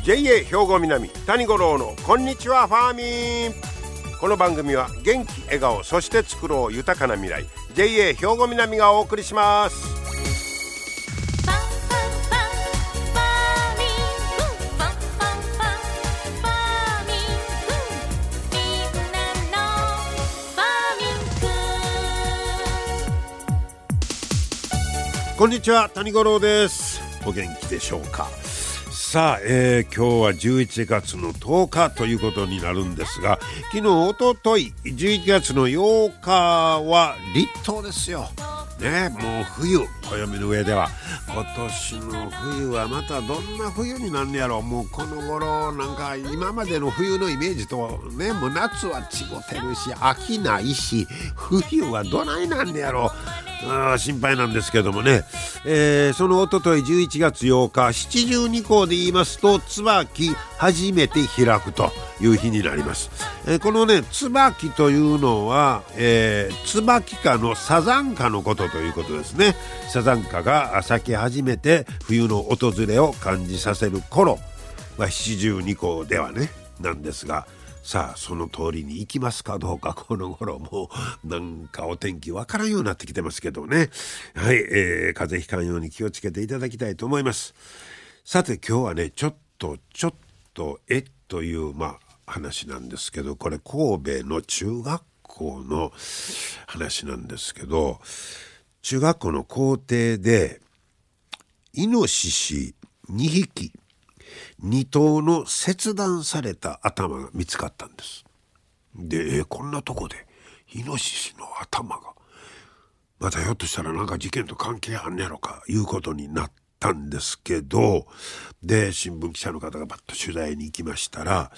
JA 兵庫南谷五郎のこんにちはファーミン。この番組は元気笑顔そして作ろう豊かな未来 JA 兵庫南がお送りします。こんにちは谷五郎です。お元気でしょうか。さあ、今日は11月の10日ということになるんですが、昨日おととい11月の8日は立冬ですよね。もう冬、暦の上では今年の冬はまたどんな冬になんねやろ。もうこの頃なんか今までの冬のイメージとね、もう夏はちごてるし秋ないし、冬はどないなんねやろ。心配なんですけどもね、そのおととい11月8日七十二候で言いますと椿初めて開くという日になります。このね椿というのは、椿科のサザンカのことということですね。サザンカが咲き始めて冬の訪れを感じさせる頃は七十二候ではねなんですが、さあその通りに行きますかどうか。この頃もうなんかお天気わからんようになってきてますけどね。はい、風邪ひかんように気をつけていただきたいと思います。さて今日はねちょっとという話なんですけど、これ神戸の中学校の話なんですけど、中学校の校庭でイノシシ2匹2頭の切断された頭が見つかったんです。で、こんなとこでイノシシの頭がまたひょっとしたらなんか事件と関係あんねやろかいうことになったんですけど、で新聞記者の方がバッと取材に行きましたら、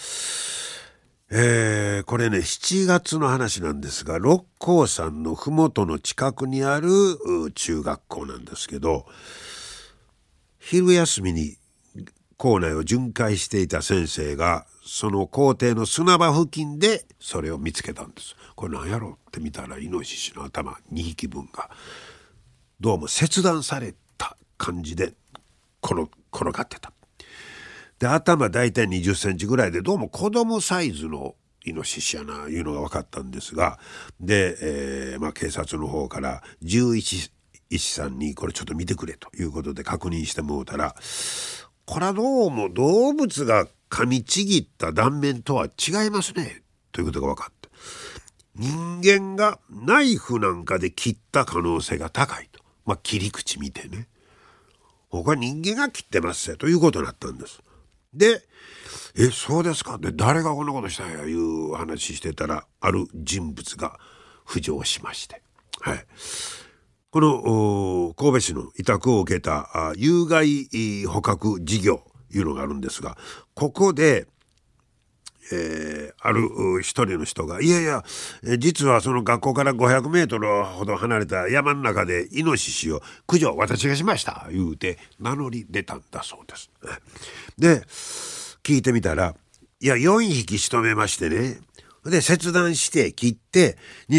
これね7月の話なんですが、六甲山のふもとの近くにある中学校なんですけど、昼休みに校内を巡回していた先生がその校庭の砂場付近でそれを見つけたんです。これ何やろうって見たらイノシシの頭2匹分がどうも切断された感じで転がってた。で頭だいたい20センチぐらいで、どうも子供サイズのイノシシやないうのが分かったんですが、で、警察の方から11医師さんにこれちょっと見てくれということで確認してもらったら、これはどうも動物が噛みちぎった断面とは違いますねということが分かって、人間がナイフなんかで切った可能性が高いと、切り口見てね、他は人間が切ってますということになったんです。で、そうですか。で誰がこんなことしたんやいう話してたら、ある人物が浮上しまして、はい、この神戸市の委託を受けた有害捕獲事業いうのがあるんですが、ここで、ある一人の人が、いやいや実はその学校から500メートルほど離れた山の中でイノシシを駆除私がしました言うて名乗り出たんだそうです。で聞いてみたら、いや4匹仕留めましてね、で切断して切って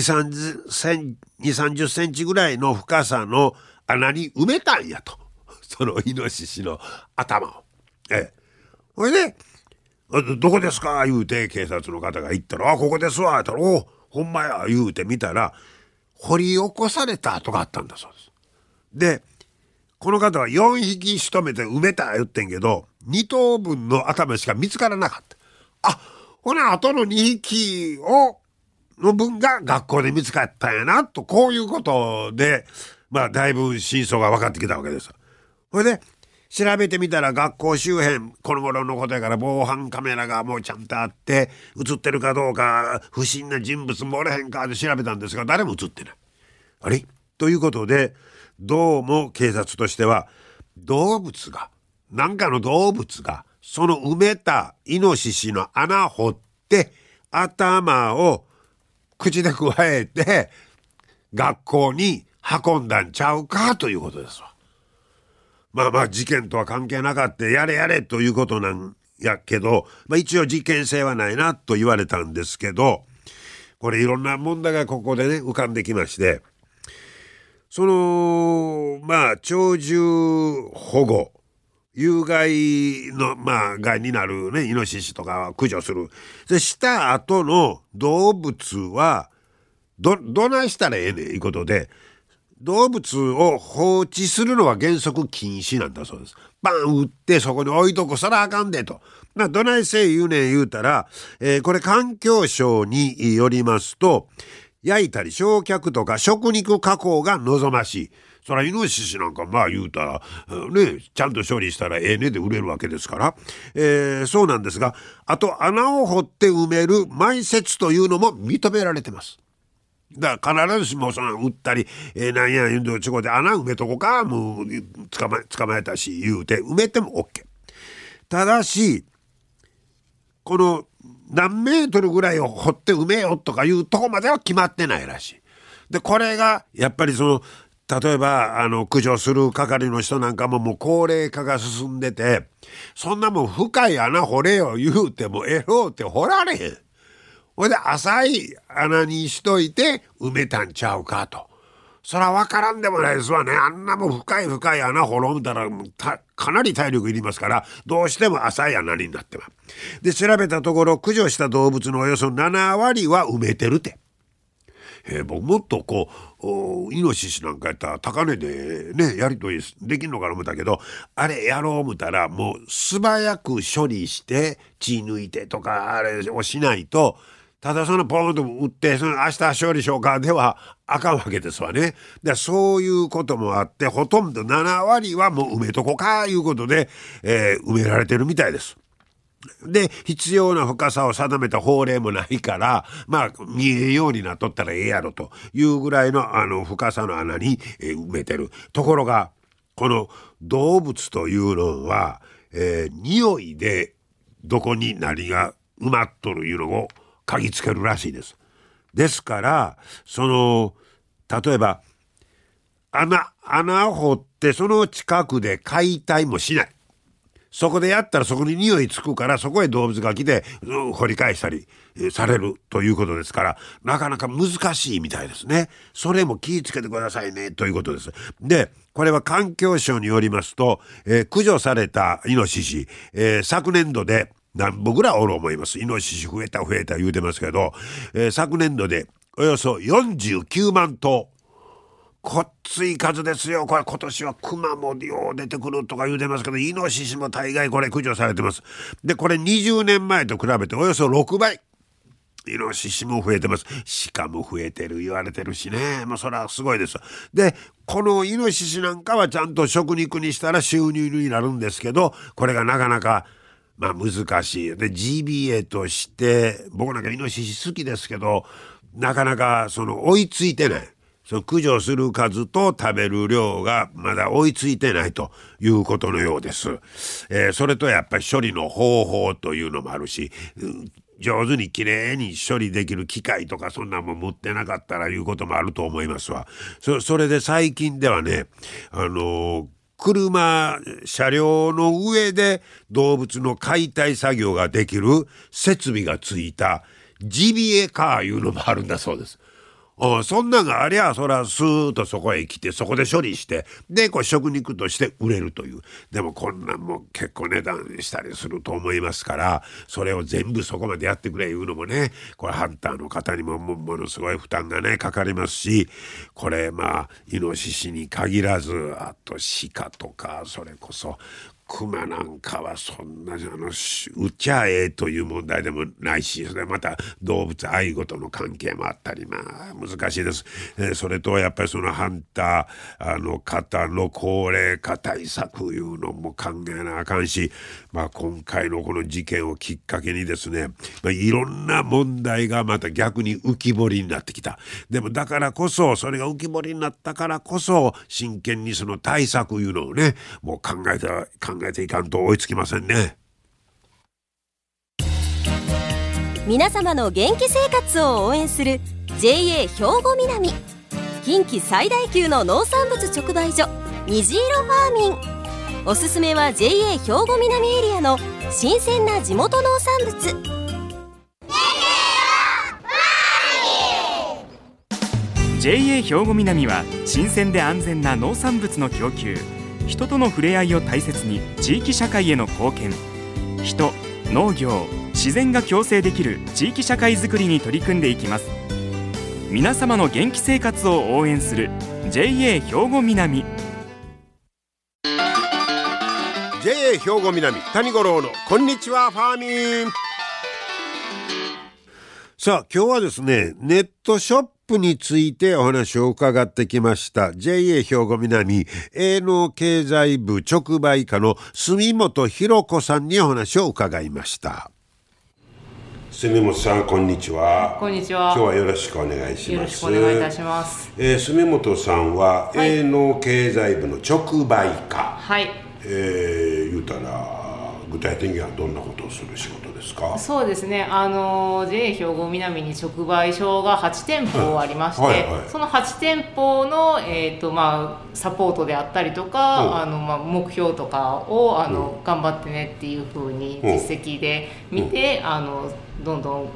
2、30センチぐらいの深さの穴に埋めたんやと、そのイノシシの頭を。それでどこですか言うて警察の方が言ったら、ここですわ言ったら、おほんまや言うて見たら掘り起こされた跡があったんだそうです。でこの方は4匹仕留めて埋めた言ってんけど、2頭分の頭しか見つからなかった。ほな後の2匹の分が学校で見つかったんやなと、こういうことでだいぶ真相が分かってきたわけです。それで調べてみたら、学校周辺この頃のことやから防犯カメラがもうちゃんとあって映ってるかどうか、不審な人物もおれへんかで調べたんですが誰も映ってない。あれということで、どうも警察としては何かの動物がその埋めたイノシシの穴を掘って頭を口でくわえて学校に運んだんちゃうかということですわ。事件とは関係なかったやれやれということなんやけど、一応事件性はないなと言われたんですけど、これいろんな問題がここでね浮かんできまして、その鳥獣保護有害の害になるねイノシシとかは駆除する。でした後の動物はどないしたらええねんいうことで、動物を放置するのは原則禁止なんだそうです。バン撃ってそこに置いとこそらあかんでと。どないせ言うねん言うたら、これ環境省によりますと、焼いたり焼却とか食肉加工が望ましい。そらイノシシなんか言うたらね、ちゃんと処理したらええねで売れるわけですから、そうなんですが、あと穴を掘って埋める埋設というのも認められてます。だから必ずしもその売ったり、なんや言うとちこで穴埋めとこか、もう捕まえたし言うて埋めても OK。 ただしこの何メートルぐらいを掘って埋めようとかいうとこまでは決まってないらしい。でこれがやっぱり例えば駆除する係の人なんかももう高齢化が進んでて、そんなもん深い穴掘れよ言うてもえろうって掘られへん。ほいで浅い穴にしといて埋めたんちゃうかと。そら分からんでもないですわね。あんなもん深い穴掘ろうたらかなり体力いりますから、どうしても浅い穴になってます。で調べたところ、駆除した動物のおよそ7割は埋めてるて。僕もっとイノシシなんかやったら高値でねやり取りできんのかな思ったけど、あれやろう思ったらもう素早く処理して血抜いてとかあれをしないと、ただポンと打って明日処理しようかではあかんわけですわね。でそういうこともあって、ほとんど7割はもう埋めとこかいうことで、埋められてるみたいです。で必要な深さを定めた法令もないから、見えんようになっとったらええやろというぐらいの深さの穴に、埋めてる。ところがこの動物というのは、匂いでどこに何が埋まっとるいうのを嗅ぎつけるらしいです。ですから例えば穴を掘ってその近くで解体もしない。そこでやったらそこに匂いつくから、そこへ動物が来て掘り返したりされるということですから、なかなか難しいみたいですね。それも気をつけてくださいねということです。でこれは環境省によりますと、駆除されたイノシシ、昨年度で何本ぐらいおる思います。イノシシ増えた言うてますけど、昨年度でおよそ49万頭。こっつい数ですよ。これ今年はクマもよう出てくるとか言うてますけど、イノシシも大概これ駆除されてます。でこれ20年前と比べておよそ6倍イノシシも増えてます。鹿も増えてる言われてるしね。それはすごいです。でこのイノシシなんかはちゃんと食肉にしたら収入になるんですけど、これがなかなか難しい。で GBA として僕なんかイノシシ好きですけど、なかなか追いついてない。駆除する数と食べる量がまだ追いついてないということのようです。それとやっぱり処理の方法というのもあるし、上手にきれいに処理できる機械とかそんなもん持ってなかったらいうこともあると思いますわ。それで最近ではね、車両の上で動物の解体作業ができる設備がついたジビエカーいうのもあるんだそうです。そんなんがありゃそらスーッとそこへ来てそこで処理してで食肉として売れるという。でもこんなんも結構値段したりすると思いますから、それを全部そこまでやってくれいうのもね、これハンターの方にもものすごい負担がねかかりますし、これイノシシに限らず、あと鹿とかそれこそクマなんかはそんな売っちゃえという問題でもないし、それまた動物愛護との関係もあったり難しいです。それとやっぱりハンターの方の高齢化対策いうのも考えなあかんし、今回のこの事件をきっかけにですね、いろんな問題がまた逆に浮き彫りになってきた。でもだからこそ、それが浮き彫りになったからこそ真剣に対策いうのをねもう考えていかんと追いつきませんね。 皆様の元気生活を応援する JA 兵庫南、近畿最大級の農産物直売所虹色ファーミン。おすすめは JA 兵庫南エリアの新鮮な地元農産物。 JA 兵庫南は新鮮で安全な農産物の供給、 人との触れ合いを大切に地域社会への貢献、人、農業、自然が共生できる地域社会づくりに取り組んでいきます。皆様の元気生活を応援する JA 兵庫南。 JA 兵庫南谷五郎のこんにちはファーミン。さあ今日はですね、ネットショップについてお話を伺ってきました。 JA 兵庫南営農経済部直売課の住本博子さんにお話を伺いました。住本さん、こんにちは。 こんにちは。 今日はよろしくお願いします。 よろしくお願いいたします。 住本さんは営農経済部の直売課、 はい、 言うたら具体的にはどんなことをする仕事ですか？ そうですね、JA 兵庫南に直売所が8店舗ありまして、その8店舗の、サポートであったりとか、目標とかを頑張ってねっていうふうに実績で見て、どんどん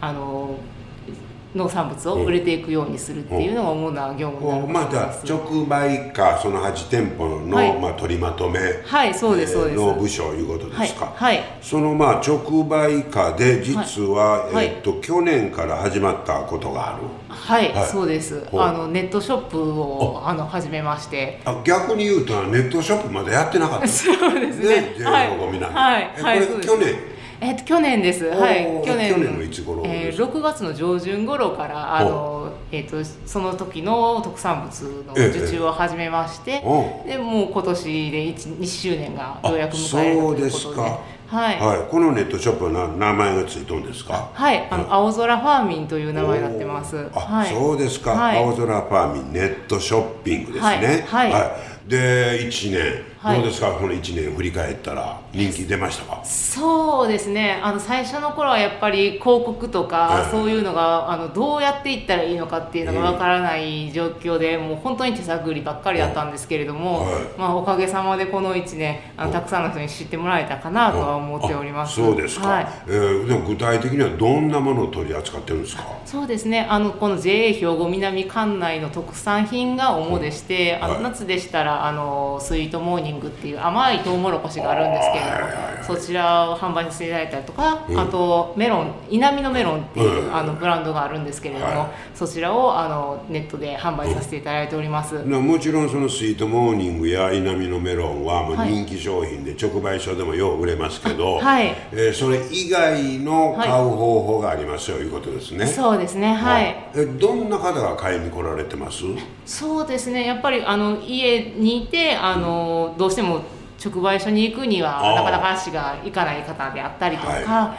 農産物を売れていくようにするっていうのが主な業務になると思います。 直売課、その8店舗の、取りまとめ、 そうですそうです、 の部署いうことですか？その直売課で実は、去年から始まったことがある。 そうです。ネットショップを始めまして。 逆に言うとネットショップまだやってなかった。 そうですね。 これ去年。 去年です。 去年のいつ頃ですか ？6月の上旬頃からその時の特産物の受注を始めまして、でもう今年で2周年がようやく迎えるということで。 そうですか。このネットショップは名前がついてるんですか？ 青空ファーミンという名前になってます。 そうですか。青空ファーミンネットショッピングですね。で1年どうですか？この1年振り返ったら人気出ましたか？ そうですね、最初の頃はやっぱり広告とか、そういうのがどうやっていったらいいのかっていうのがわからない状況で、もう本当に手探りばっかりだったんですけれども、おかげさまでこの1年たくさんの人に知ってもらえたかなとは思っております。 そうですか。でも具体的にはどんなものを取り扱ってるんですか？ そうですね、この JA 兵庫南管内の特産品が主でして、夏でしたらスイートモーニングっていう甘いトウモロコシがあるんですけれども、そちらを販売させていただいたりとか、あとメロン、稲美のメロンっていうブランドがあるんですけれども、そちらをネットで販売させていただいております。 もちろんそのスイートモーニングや稲美のメロンはもう人気商品で直売所でもよう売れますけど、それ以外の買う方法がありますよ、いうことですね。 そうですね。 どんな方が買いに来られてます？ そうですね、やっぱり家にいてどうしても直売所に行くにはなかなか足がいかない方であったりとか、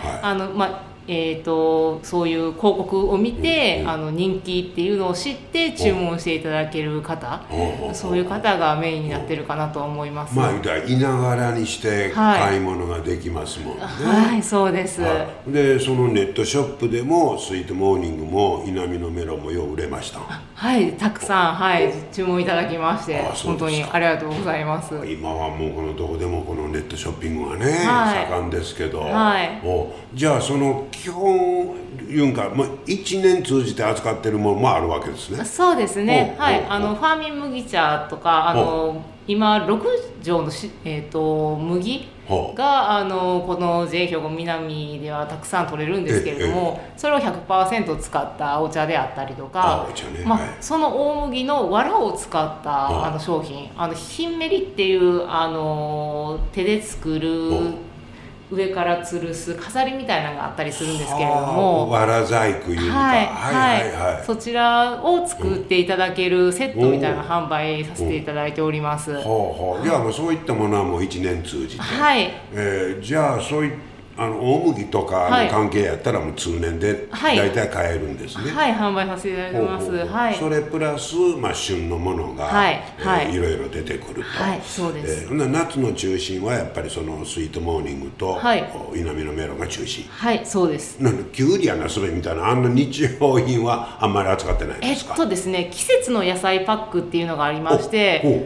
そういう広告を見て、人気っていうのを知って注文していただける方、そういう方がメインになってるかなと思います。 言ったらいながらにして買い物ができますもんね。 そうです。 でそのネットショップでもスイートモーニングも稲美のメロンもよう売れました？ たくさん、注文いただきまして、本当にありがとうございます。 今はもうこのどこでもこのネットショッピングがね、盛んですけど、じゃあその基本いうんか、1年通じて扱ってるものもあるわけですね。 そうですね。ファーミン麦茶とか今6錠の麦がこの JA 兵庫南ではたくさん取れるんですけれども、それを 100% 使ったお茶であったりとか、その大麦の藁を使った商品、ひんめりっていう手で作る上から吊るす飾りみたいなのがあったりするんですけれども、 わら細工いうか、 そちらを作っていただけるセットみたいな販売させていただいております。 じゃあもうそういったものはもう1年通じて、じゃあそういった大麦とかの関係やったらもう通年で大体買えるんですね。 販売させていただいてます。 それプラス、旬のものが、いろいろ出てくると。 そうです。 夏の中心はやっぱりそのスイートモーニングと、稲美のメロンが中心。 そうです。 きゅうりやなすべみたいな日用品はあんまり扱ってないですか？ ですね、季節の野菜パックっていうのがありまして、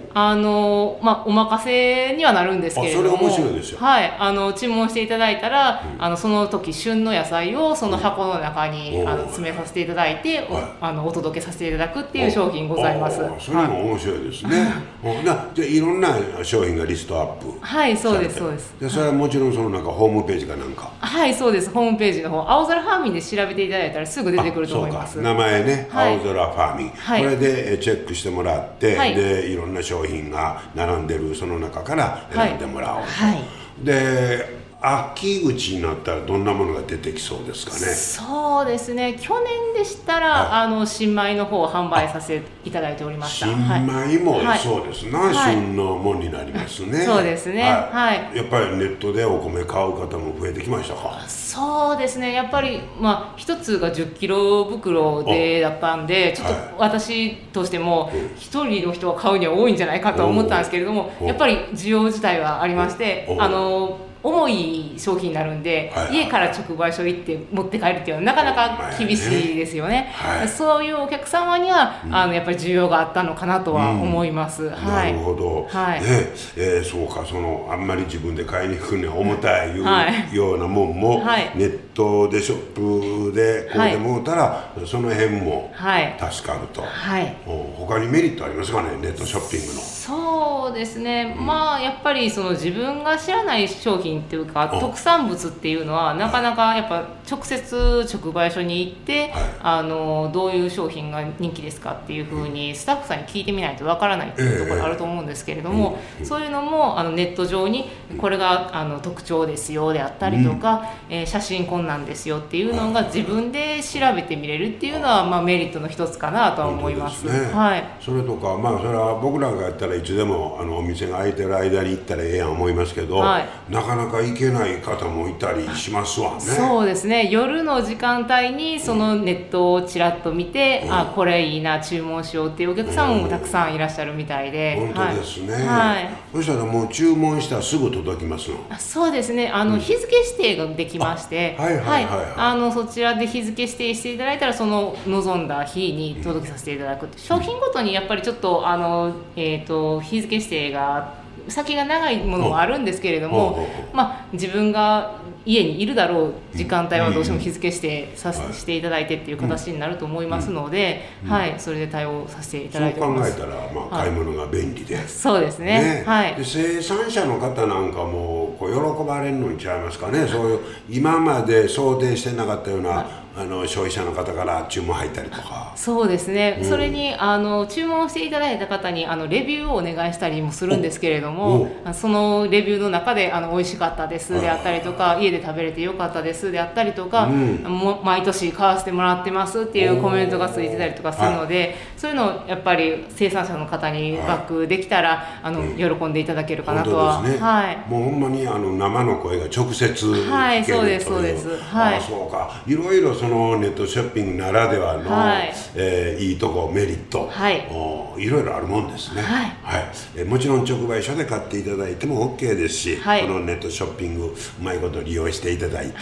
お任せにはなるんですけれども、 それ面白いですよ。 注文していただいたらら、その時旬の野菜をその箱の中に詰めさせていただいて、お届けさせていただくっていう商品ございます。 それも面白いですね。じゃあいろんな商品がリストアップ。 はい、そうですそうです。 でそれはもちろんそのなんかホームページかなんか。 はい、そうです。ホームページの方、青空ファーミンで調べていただいたらすぐ出てくると思います。 名前ね、青空ファーミン、これでチェックしてもらって、でいろんな商品が並んでるその中から選んでもらおうと。で秋口になったらどんなものが出てきそうですかね。 そうですね、去年でしたら、新米の方を販売させていただいておりました。 新米もそうですな、旬のものになりますね。 そうですね、やっぱりネットでお米買う方も増えてきましたか。 そうですね、やっぱり一つが10キロ袋でだったんで、ちょっと私としても一人の人が買うには多いんじゃないかと思ったんですけれども、やっぱり需要自体はありまして、重い商品になるんで、家から直売所行って持って帰るっていうのはなかなか厳しいですよね。そういうお客様にはやっぱり需要があったのかなとは思います。 なるほど。そうか、あんまり自分で買いに行くには重たいようなもんもネットでショップでこうでもうたらその辺も助かると。他にメリットありますかね、ネットショッピングの。 そうですね、やっぱり自分が知らない商品っていうか特産物っていうのはなかなかやっぱ直接直売所に行って、どういう商品が人気ですかっていうふうにスタッフさんに聞いてみないとわからないっていうところあると思うんですけれども、そういうのもネット上にこれが特徴ですよであったりとか、写真こんなんですよっていうのが自分で調べてみれるっていうのはメリットの一つかなとは思います。 それとかそれは僕らがやったらいつでもお店が開いてる間に行ったらええやん思いますけど、なかなか行けない方もいたりしますわね。 そうですね、夜の時間帯にそのネットをちらっと見て、これいいな注文しようっていうお客様もたくさんいらっしゃるみたいで。 本当ですね。そしたらもう注文したらすぐ届きますの。 そうですね、日付指定ができまして、そちらで日付指定していただいたらその望んだ日に届けさせていただく。商品ごとにやっぱりちょっと日付指定が先が長いものもあるんですけれども、自分が家にいるだろう時間帯はどうしても日付指定させていただいてっていう形になると思いますので、それで対応させていただいております。 そう考えたら買い物が便利で、 そうですね。 で生産者の方なんかも喜ばれるのに違いますかね。そういう今まで想定してなかったような消費者の方から注文入ったりとか。 そうですね、それに注文していただいた方にレビューをお願いしたりもするんですけれども、そのレビューの中で美味しかったですであったりとか、家で食べれてよかったですであったりとか、毎年買わせてもらってますっていうコメントがついてたりとかするので、そういうのをやっぱり生産者の方にバックできたら喜んでいただけるかなとは。 もうほんまに生の声が直接聞けるという。 そうですそうです。 そうか、いろいろそのネットショッピングならではの、いいとこメリット、いろいろあるもんですね。もちろん直売所で買っていただいても OK ですし、このネットショッピングうまいこと利用していただいて、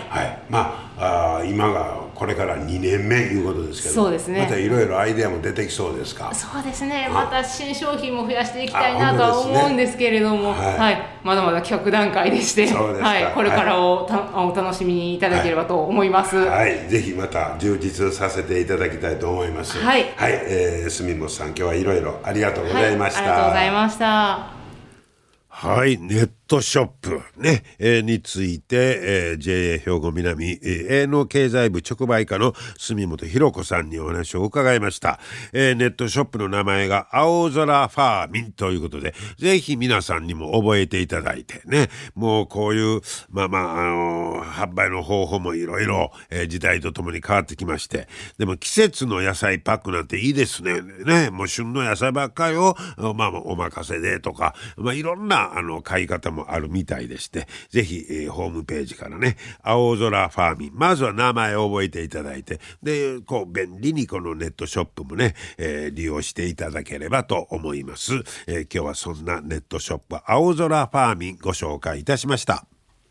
今がこれから2年目いうことですけど、 そうですね、 またいろいろアイデアも出てきそうですか。 そうですね、また新商品も増やしていきたいなとは思うんですけれども、まだまだ企画段階でして、これからお楽しみにいただければと思います。 ぜひまた充実させていただきたいと思います。住本さん、今日はいろいろありがとうございました。 ありがとうございました。 ネットショップね、について、JA 兵庫南、営農経済部直売課の住本博子さんにお話を伺いました。ネットショップの名前が青空ファーミンということで、ぜひ皆さんにも覚えていただいてね、もうこういう販売の方法もいろいろ時代とともに変わってきまして、でも季節の野菜パックなんていいですね。もう旬の野菜ばっかりをお任せでとか、いろんな買い方もあるみたいでして、ぜひ、ホームページからね、青空ファーミン、まずは名前を覚えていただいて、で便利にこのネットショップもね、利用していただければと思います。今日はそんなネットショップ青空ファーミンご紹介いたしました。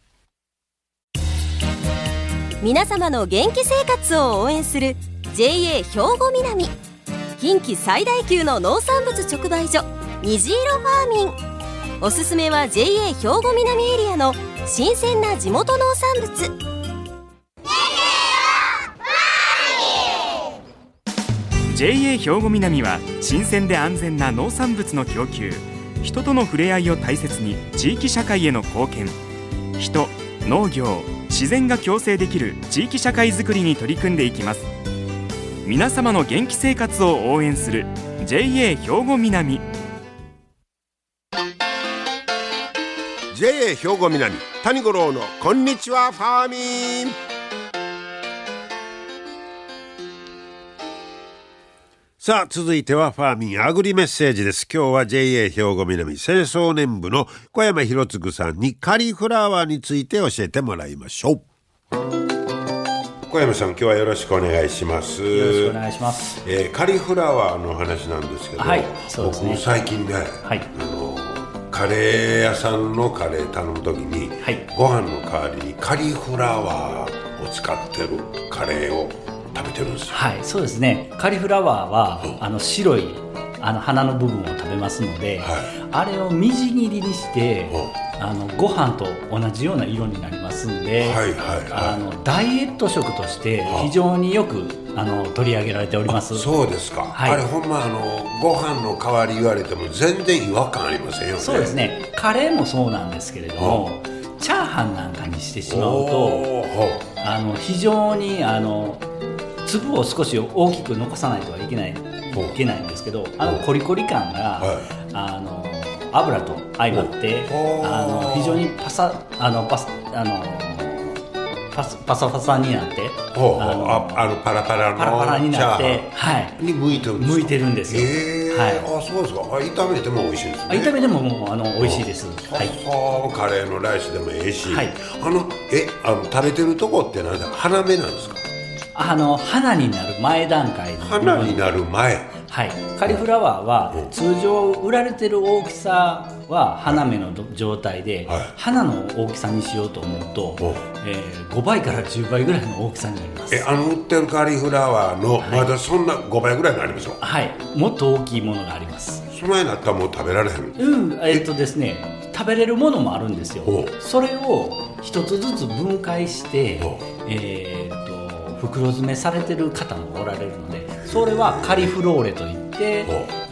皆様の元気生活を応援する JA 兵庫南、近畿最大級の農産物直売所虹色ファーミン。おすすめは JA 兵庫南エリアの新鮮な地元農産物。 JA 兵庫南は新鮮で安全な農産物の供給、人との触れ合いを大切に地域社会への貢献、人、農業、自然が共生できる地域社会づくりに取り組んでいきます。皆様の元気生活を応援する JA 兵庫南。 JA 兵庫南谷五郎のこんにちはファーミン。さあ続いてはファーミンアグリメッセージです。今日は JA 兵庫南清掃年部の小山博嗣さんにカリフラワーについて教えてもらいましょう。小山さん、今日はよろしくお願いします。 よろしくお願いします。 カリフラワーの話なんですけど、 はい、そうですね、 僕最近ね、 はい、 カレー屋さんのカレー頼むときに、はい、ご飯の代わりにカリフラワーを使ってるカレーを食べてるんですよ。 はい、そうですね。カリフラワーは、白い花の部分を食べますので、はい、あれをみじ切りにして、ご飯と同じような色になりますんで、はいはいはい、ダイエット食として非常によく取り上げられております。 そうですか、はい、あれほんまご飯の代わり言われても全然違和感ありませんよね。 そうですね。カレーもそうなんですけれども、チャーハンなんかにしてしまうと非常に粒を少し大きく残さないとはいけないんですけど、コリコリ感が、はい、油と相まって非常にパサパサになってパラパラのになって、はい、 に向いてるんですよ。はい、 あ、そうですか。炒めても美味しいですね。 炒めても美味しいです。はい、 カレーのライスでもいいし、 はい、 食べてるとこって何だ、花芽なんですか？ 花になる前段階の花になる前、 はい、カリフラワーは通常売られてる大きさは花芽の状態で、はい、花の大きさにしようと思うと、5倍から10倍ぐらいの大きさになります。 売ってるカリフラワーの、はい、まだそんな5倍ぐらいになりますよ。 はい、もっと大きいものがあります。 その間になったらもう食べられへん。 ですね、食べれるものもあるんですよ。それを一つずつ分解して袋詰めされてる方もおられるので、それはカリフローレといって、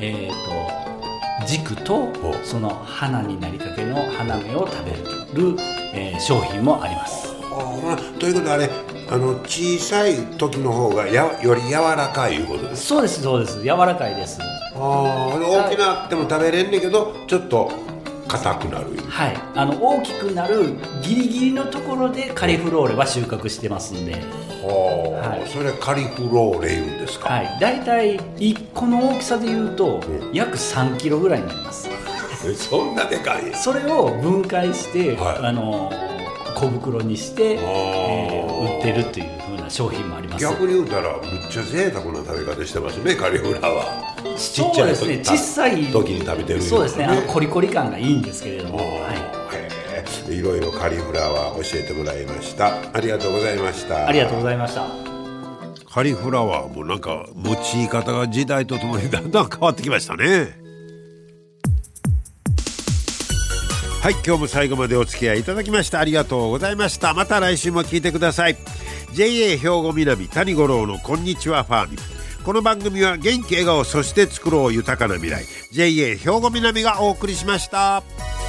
軸とその花になりかけの花芽を食べる、商品もあります。 ということは小さい時の方がより柔らかいいうことですか？ そうです、そうです。柔らかいです。 大きなっても食べれんねんけどちょっと硬くなる。 はい、大きくなるギリギリのところでカリフローレは収穫してますんで、 はい、それカリフローレ言うんですか？ はい、だいたい1個の大きさでいうと、約3キロぐらいになります。 そんなでかい？ それを分解して、はい、小袋にして、売ってるという風な商品もあります。 逆に言うたらむっちゃ贅沢な食べ方してますね、カリフラワー。 そうですね、小さい時に食べてる、ね、 そうですね、コリコリ感がいいんですけれども、 いろいろカリフラワー教えてもらいました。ありがとうございました。 ありがとうございました。 カリフラワーもなんか用い方が時代とともにだんだん変わってきましたね。はい、今日も最後までお付き合いいただきましてありがとうございました。また来週も聞いてください。 JA 兵庫南谷五郎のこんにちはファーミン。この番組は元気笑顔そして作ろう豊かな未来 JA 兵庫南がお送りしました。